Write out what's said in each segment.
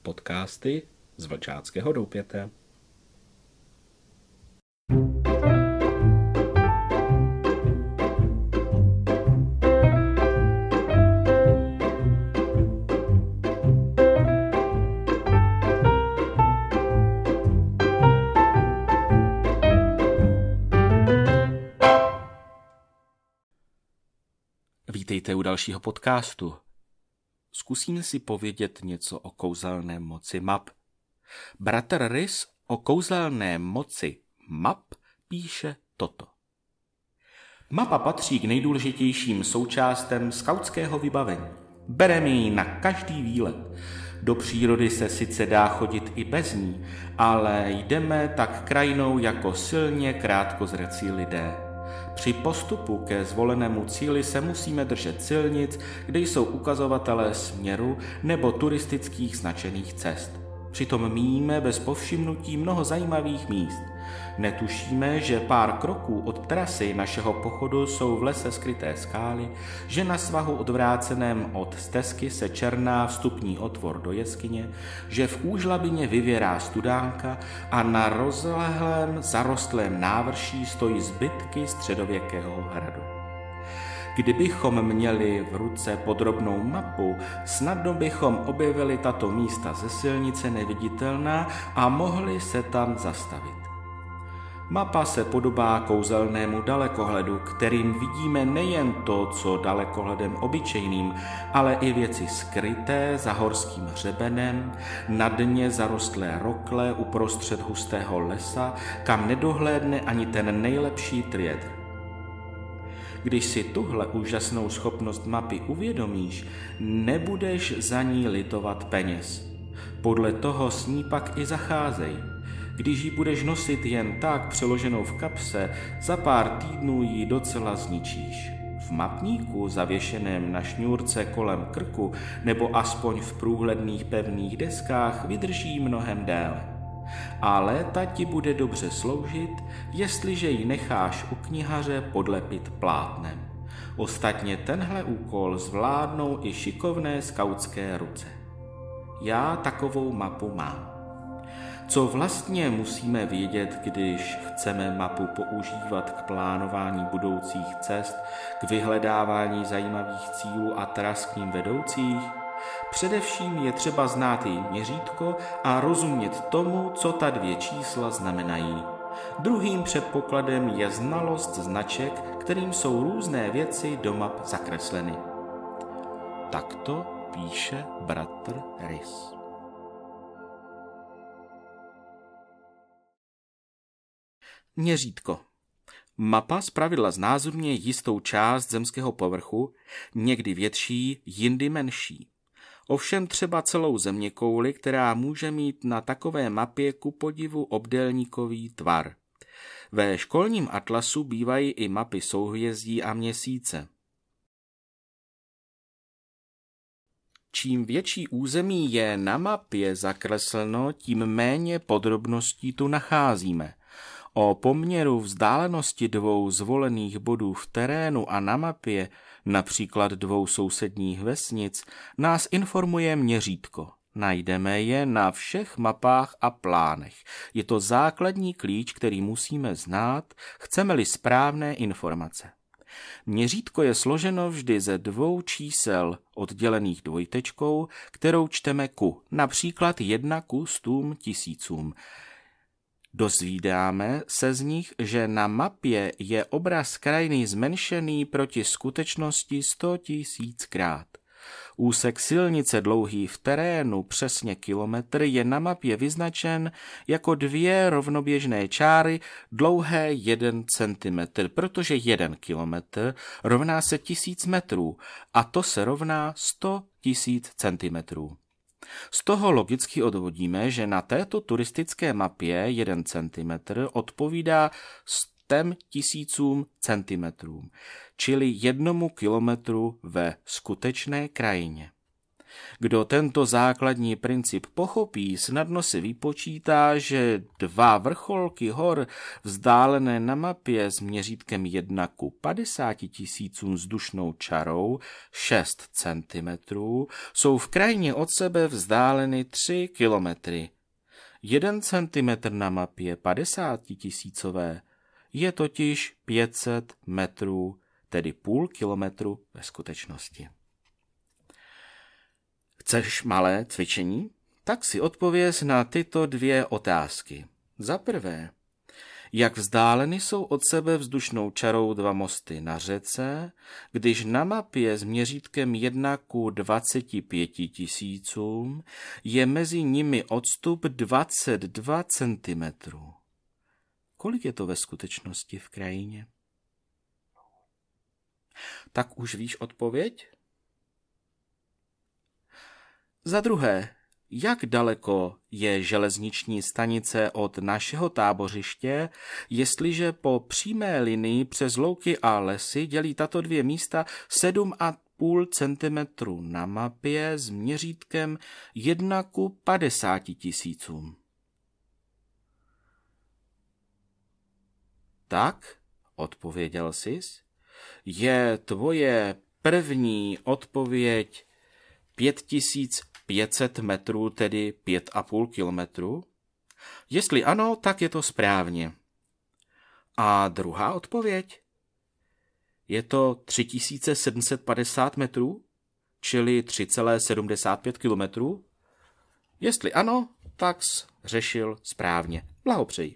Podcasty z Vlčáckého doupěte. Vítejte u dalšího podcastu. Zkusíme si povědět něco o kouzelné moci map. Bratr Rys o kouzelné moci map píše toto. Mapa patří k nejdůležitějším součástem skautského vybavení. Bereme ji na každý výlet. Do přírody se sice dá chodit i bez ní, ale jdeme tak krajinou jako silně krátkozrací lidé. Při postupu ke zvolenému cíli se musíme držet silnic, kde jsou ukazovatelé směru nebo turistických značených cest. Přitom míjíme bez povšimnutí mnoho zajímavých míst. Netušíme, že pár kroků od trasy našeho pochodu jsou v lese skryté skály, že na svahu odvráceném od stezky se černá vstupní otvor do jeskyně, že v úžlabině vyvěrá studánka a na rozlehlém zarostlém návrší stojí zbytky středověkého hradu. Kdybychom měli v ruce podrobnou mapu, snadno bychom objevili tato místa ze silnice neviditelná a mohli se tam zastavit. Mapa se podobá kouzelnému dalekohledu, kterým vidíme nejen to, co dalekohledem obyčejným, ale i věci skryté za horským hřebenem, na dně zarostlé rokle uprostřed hustého lesa, kam nedohlédne ani ten nejlepší triedr. Když si tuhle úžasnou schopnost mapy uvědomíš, nebudeš za ní litovat peněz. Podle toho s ní pak i zacházej. Když ji budeš nosit jen tak přeloženou v kapse, za pár týdnů ji docela zničíš. V mapníku zavěšeném na šňůrce kolem krku nebo aspoň v průhledných pevných deskách vydrží mnohem déle. A léta ti bude dobře sloužit, jestliže ji necháš u knihaře podlepit plátnem. Ostatně tenhle úkol zvládnou i šikovné skautské ruce. Já takovou mapu mám. Co vlastně musíme vědět, když chceme mapu používat k plánování budoucích cest, k vyhledávání zajímavých cílů a tras k ním vedoucích? Především je třeba znát její měřítko a rozumět tomu, co ta dvě čísla znamenají. Druhým předpokladem je znalost značek, kterým jsou různé věci do map zakresleny. Takto píše bratr Rys. Měřítko. Mapa zpravidla znázorňuje jistou část zemského povrchu, někdy větší, jindy menší. Ovšem třeba celou zeměkouli, která může mít na takové mapě ku podivu obdélníkový tvar. Ve školním atlasu bývají i mapy souhvězdí a měsíce. Čím větší území je na mapě zakresleno, tím méně podrobností tu nacházíme. O poměru vzdálenosti dvou zvolených bodů v terénu a na mapě, například dvou sousedních vesnic, nás informuje měřítko. Najdeme je na všech mapách a plánech. Je to základní klíč, který musíme znát, chceme-li správné informace. Měřítko je složeno vždy ze dvou čísel oddělených dvojtečkou, kterou čteme ku, například 1 ku 100 000. Dozvídáme se z nich, že na mapě je obraz krajiny zmenšený proti skutečnosti 100 000krát. Úsek silnice dlouhý v terénu přesně kilometr je na mapě vyznačen jako 2 rovnoběžné čáry dlouhé 1 centimetr, protože 1 kilometr rovná se 1000 metrů a to se rovná 100 000 centimetrů. Z toho logicky odvodíme, že na této turistické mapě 1 cm odpovídá 100 000 centimetrům, čili 1 kilometru ve skutečné krajině. Kdo tento základní princip pochopí, snadno si vypočítá, že dva vrcholky hor vzdálené na mapě s měřítkem 1:50 000 vzdušnou čarou 6 cm jsou v krajině od sebe vzdáleny 3 kilometry. 1 centimetr na mapě 50 000 je totiž 500 metrů, tedy půl kilometru ve skutečnosti. Chceš malé cvičení? Tak si odpověz na tyto dvě otázky. Za prvé, jak vzdáleny jsou od sebe vzdušnou čarou dva mosty na řece, když na mapě s měřítkem 1:25 000 je mezi nimi odstup 22 cm. Kolik je to ve skutečnosti v krajině? Tak už víš odpověď? Za druhé, jak daleko je železniční stanice od našeho tábořiště, jestliže po přímé linii přes louky a lesy dělí tato dvě místa 7,5 cm na mapě s měřítkem 1:50 000? Tak, odpověděl sis, je tvoje první odpověď 5500 metrů, tedy 5,5 kilometru? Jestli ano, tak je to správně. A druhá odpověď? Je to 3750 metrů, čili 3,75 kilometrů? Jestli ano, tak jsi řešil správně. Blahopřeji.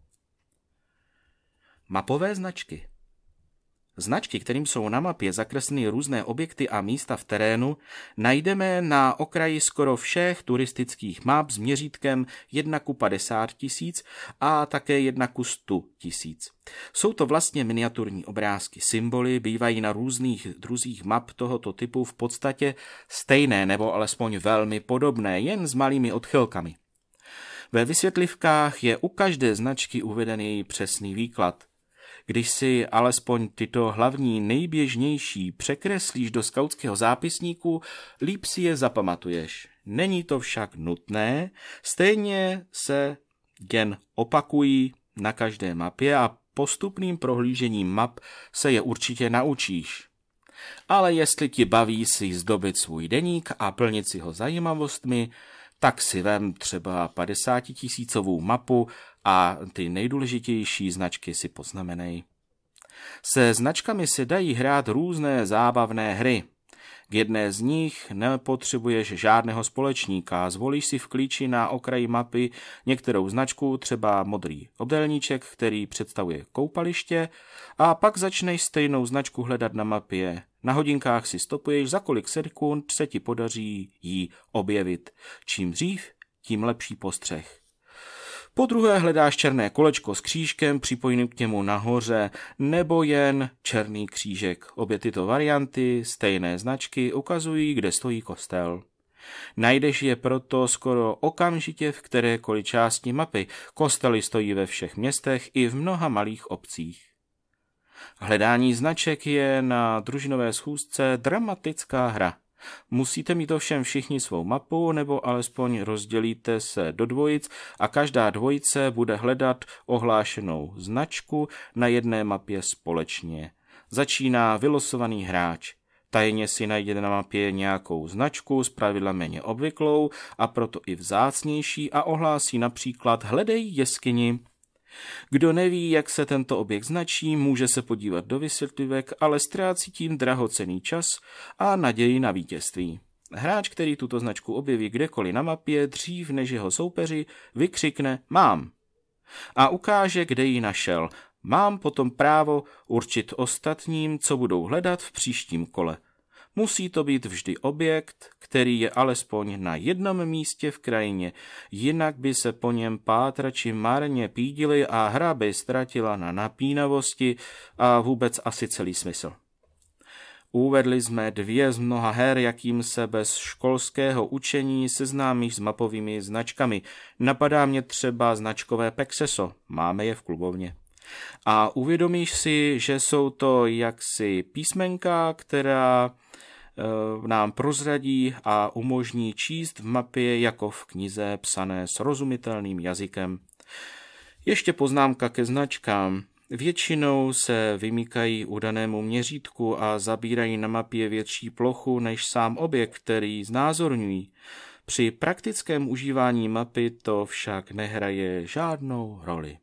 Mapové značky. Značky, kterým jsou na mapě zakresleny různé objekty a místa v terénu, najdeme na okraji skoro všech turistických map s měřítkem 1:50 000 a také 1:100 000. Jsou to vlastně miniaturní obrázky. Symboly bývají na různých druzích map tohoto typu v podstatě stejné nebo alespoň velmi podobné, jen s malými odchylkami. Ve vysvětlivkách je u každé značky uveden její přesný výklad. Když si alespoň tyto hlavní nejběžnější překreslíš do skautského zápisníku, líp si je zapamatuješ. Není to však nutné, stejně se jen opakují na každé mapě a postupným prohlížením map se je určitě naučíš. Ale jestli ti baví si zdobit svůj deník a plnit si ho zajímavostmi, tak si vem třeba 50 000 mapu a ty nejdůležitější značky si poznamenej. Se značkami se dají hrát různé zábavné hry. K jedné z nich nepotřebuješ žádného společníka, zvolíš si v klíči na okraji mapy některou značku, třeba modrý obdélníček, který představuje koupaliště, a pak začneš stejnou značku hledat na mapě. Na hodinkách si stopuješ, za kolik sekund se ti podaří ji objevit. Čím dřív, tím lepší postřeh. Po druhé hledáš černé kolečko s křížkem připojeným k němu nahoře nebo jen černý křížek. Obě tyto varianty, stejné značky, ukazují, kde stojí kostel. Najdeš je proto skoro okamžitě v kterékoliv části mapy. Kostely stojí ve všech městech i v mnoha malých obcích. Hledání značek je na družinové schůzce dramatická hra. Musíte mít ovšem všichni svou mapu, nebo alespoň rozdělíte se do dvojic a každá dvojice bude hledat ohlášenou značku na jedné mapě společně. Začíná vylosovaný hráč. Tajně si najde na mapě nějakou značku, zpravidla méně obvyklou a proto i vzácnější, a ohlásí například hledej jeskyni. Kdo neví, jak se tento objekt značí, může se podívat do vysvětlivek, ale ztrácí tím drahocenný čas a naději na vítězství. Hráč, který tuto značku objeví kdekoliv na mapě, dřív než jeho soupeři, vykřikne mám a ukáže, kde ji našel. Mám potom právo určit ostatním, co budou hledat v příštím kole. Musí to být vždy objekt, který je alespoň na jednom místě v krajině, jinak by se po něm pátrači marně pídili a hra by ztratila na napínavosti a vůbec asi celý smysl. Uvedli jsme 2 z mnoha her, jakým se bez školského učení seznámíš s mapovými značkami. Napadá mě třeba značkové Pexeso, máme je v klubovně. A uvědomíš si, že jsou to jaksi písmenka, která nám prozradí a umožní číst v mapě jako v knize psané srozumitelným jazykem. Ještě poznámka ke značkám. Většinou se vymykají udanému měřítku a zabírají na mapě větší plochu než sám objekt, který znázorňují. Při praktickém užívání mapy to však nehraje žádnou roli.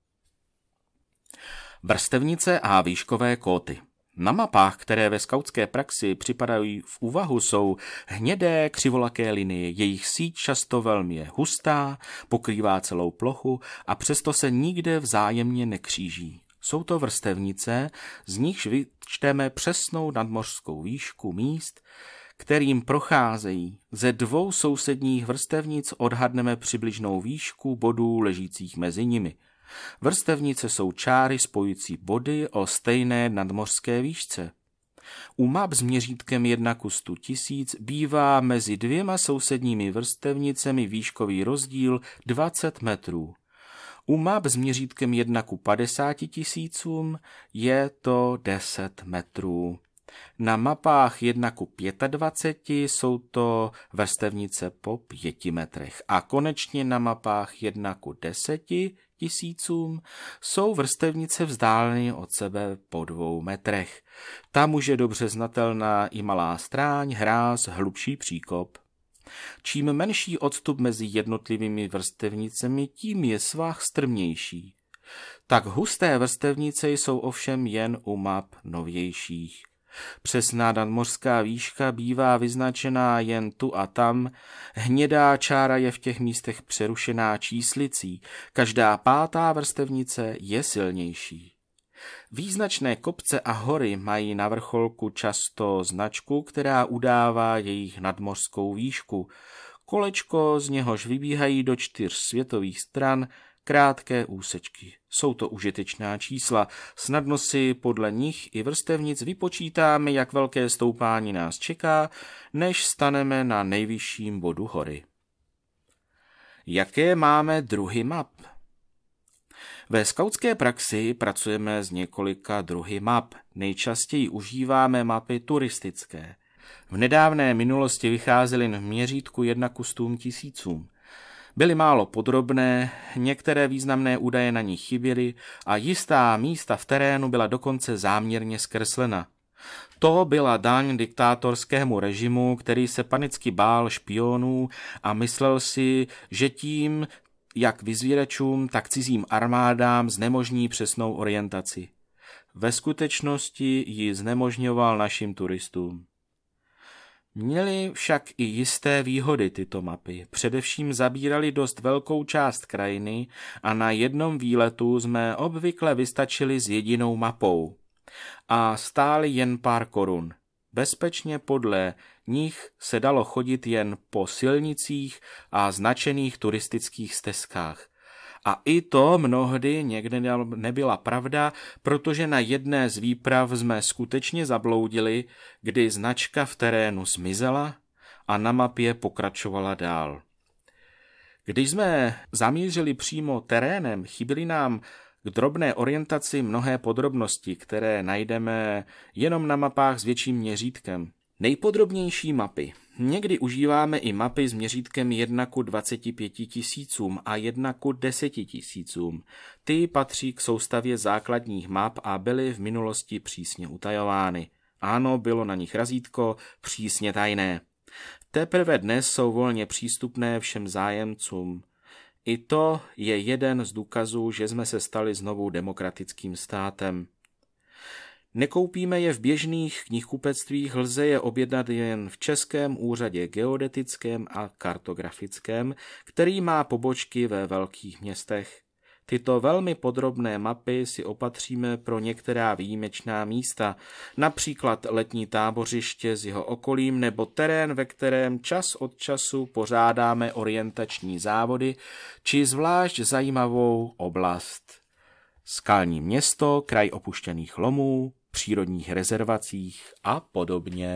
Vrstevnice a výškové kóty. Na mapách, které ve skautské praxi připadají v úvahu, jsou hnědé křivolaké linie. Jejich síť často velmi je hustá, pokrývá celou plochu a přesto se nikde vzájemně nekříží. Jsou to vrstevnice, z nichž vyčteme přesnou nadmořskou výšku míst, kterým procházejí. Ze dvou sousedních vrstevnic odhadneme přibližnou výšku bodů ležících mezi nimi. Vrstevnice jsou čáry spojující body o stejné nadmořské výšce. U map s měřítkem 1:100 000 bývá mezi dvěma sousedními vrstevnicemi výškový rozdíl 20 metrů. U map s měřítkem 1:50 000 je to 10 metrů. Na mapách 1:25 jsou to vrstevnice po 5 metrech a konečně na mapách 1:10 000 jsou vrstevnice vzdáleny od sebe po 2 metrech. Tam už je dobře znatelná i malá stráň, hráz, hlubší příkop. Čím menší odstup mezi jednotlivými vrstevnicemi, tím je svah strmější. Tak husté vrstevnice jsou ovšem jen u map novějších. Přesná nadmořská výška bývá vyznačená jen tu a tam, hnědá čára je v těch místech přerušená číslicí, každá 5. vrstevnice je silnější. Význačné kopce a hory mají na vrcholku často značku, která udává jejich nadmořskou výšku. Kolečko, z něhož vybíhají do 4 světových stran krátké úsečky. Jsou to užitečná čísla, snadno si podle nich i vrstevnic vypočítáme, jak velké stoupání nás čeká, než staneme na nejvyšším bodu hory. Jaké máme druhy map? Ve skautské praxi pracujeme s několika druhy map. Nejčastěji užíváme mapy turistické. V nedávné minulosti vycházely v měřítku 1:100 000. Byly málo podrobné, některé významné údaje na nich chyběly a jistá místa v terénu byla dokonce záměrně zkreslena. To byla daň diktátorskému režimu, který se panicky bál špionů a myslel si, že tím, jak vyzvědačům, tak cizím armádám znemožní přesnou orientaci. Ve skutečnosti ji znemožňoval našim turistům. Měly však i jisté výhody tyto mapy. Především zabíraly dost velkou část krajiny a na jednom výletu jsme obvykle vystačili s jedinou mapou a stály jen pár korun. Bezpečně podle nich se dalo chodit jen po silnicích a značených turistických stezkách. A i to mnohdy někde nebyla pravda, protože na jedné z výprav jsme skutečně zabloudili, kdy značka v terénu zmizela a na mapě pokračovala dál. Když jsme zamířili přímo terénem, chyběly nám k drobné orientaci mnohé podrobnosti, které najdeme jenom na mapách s větším měřítkem. Nejpodrobnější mapy. Někdy užíváme i mapy s měřítkem 1:25 000 a 1:10 000. Ty patří k soustavě základních map a byly v minulosti přísně utajovány. Ano, bylo na nich razítko přísně tajné. Teprve dnes jsou volně přístupné všem zájemcům. I to je jeden z důkazů, že jsme se stali znovu demokratickým státem. Nekoupíme je v běžných knihkupectvích, lze je objednat jen v Českém úřadě geodetickém a kartografickém, který má pobočky ve velkých městech. Tyto velmi podrobné mapy si opatříme pro některá výjimečná místa, například letní tábořiště s jeho okolím nebo terén, ve kterém čas od času pořádáme orientační závody, či zvlášť zajímavou oblast. Skalní město, kraj opuštěných lomů, přírodních rezervacích a podobně.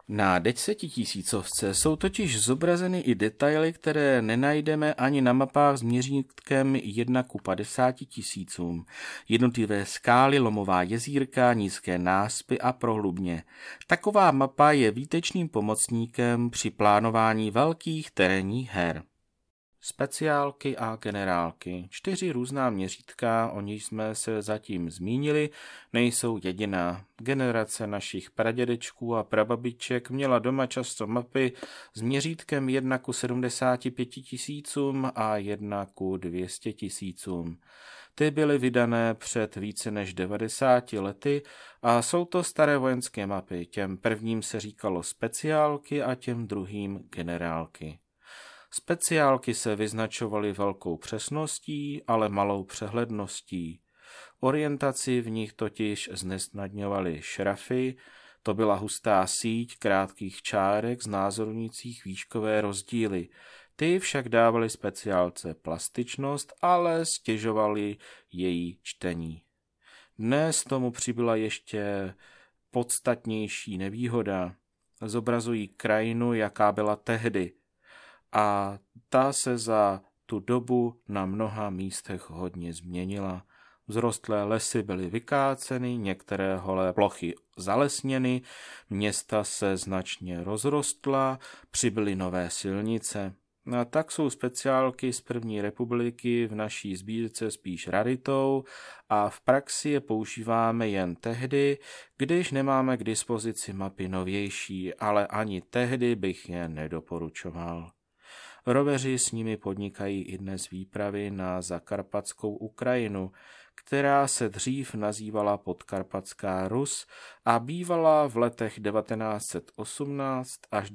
Na 10 000 jsou totiž zobrazeny i detaily, které nenajdeme ani na mapách s měřítkem 1:50 000. Jednotlivé skály, lomová jezírka, nízké náspy a prohlubně. Taková mapa je výtečným pomocníkem při plánování velkých terénních her. Speciálky a generálky. 4 různá měřítka, o nich jsme se zatím zmínili, nejsou jediná. Generace našich pradědečků a prababiček měla doma často mapy s měřítkem 1:75 000 a 1:200 000. Ty byly vydané před více než 90 lety a jsou to staré vojenské mapy. Těm prvním se říkalo speciálky a těm druhým generálky. Speciálky se vyznačovaly velkou přesností, ale malou přehledností. Orientaci v nich totiž znesnadňovaly šrafy, to byla hustá síť krátkých čárek znázorňujících výškové rozdíly. Ty však dávaly speciálce plastičnost, ale stěžovaly její čtení. Dnes tomu přibyla ještě podstatnější nevýhoda. Zobrazují krajinu, jaká byla tehdy. A ta se za tu dobu na mnoha místech hodně změnila. Vzrostlé lesy byly vykáceny, některé holé plochy zalesněny, města se značně rozrostla, přibyly nové silnice. A tak jsou speciálky z první republiky v naší sbírce spíš raritou a v praxi je používáme jen tehdy, když nemáme k dispozici mapy novější, ale ani tehdy bych je nedoporučoval. Roveři s nimi podnikají i dnes výpravy na zakarpatskou Ukrajinu, která se dřív nazývala Podkarpatská Rus a bývala v letech 1918 až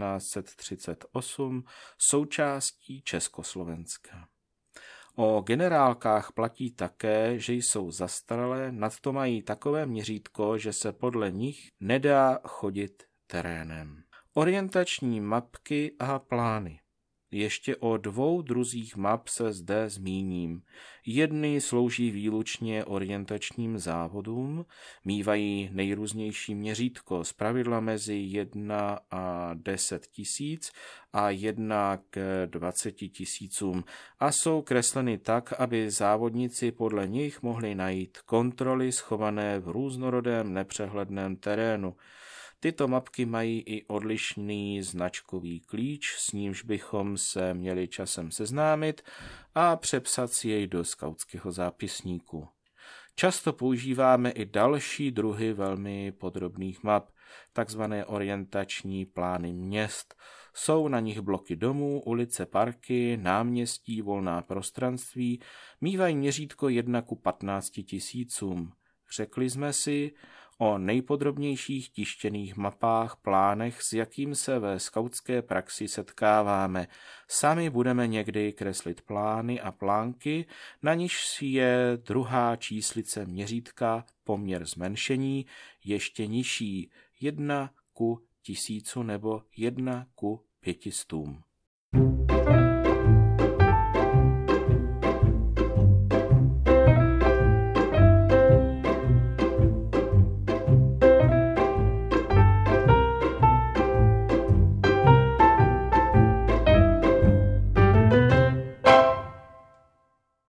1938 součástí Československa. O generálkách platí také, že jsou zastaralé, nadto mají takové měřítko, že se podle nich nedá chodit terénem. Orientační mapky a plány. Ještě o 2 druzích map se zde zmíním. Jedny slouží výlučně orientačním závodům, mívají nejrůznější měřítko, zpravidla mezi 1 a 10 000 a 1 k 20 000 a jsou kresleny tak, aby závodníci podle nich mohli najít kontroly schované v různorodém nepřehledném terénu. Tyto mapky mají i odlišný značkový klíč, s nímž bychom se měli časem seznámit a přepsat si jej do skautského zápisníku. Často používáme i další druhy velmi podrobných map, takzvané orientační plány měst. Jsou na nich bloky domů, ulice, parky, náměstí, volná prostranství, mívají měřítko 1:15 000. Řekli jsme si o nejpodrobnějších tištěných mapách, plánech, s jakým se ve skautské praxi setkáváme. Sami budeme někdy kreslit plány a plánky, na nichž je druhá číslice měřítka, poměr zmenšení, ještě nižší, 1:1000 nebo 1:500.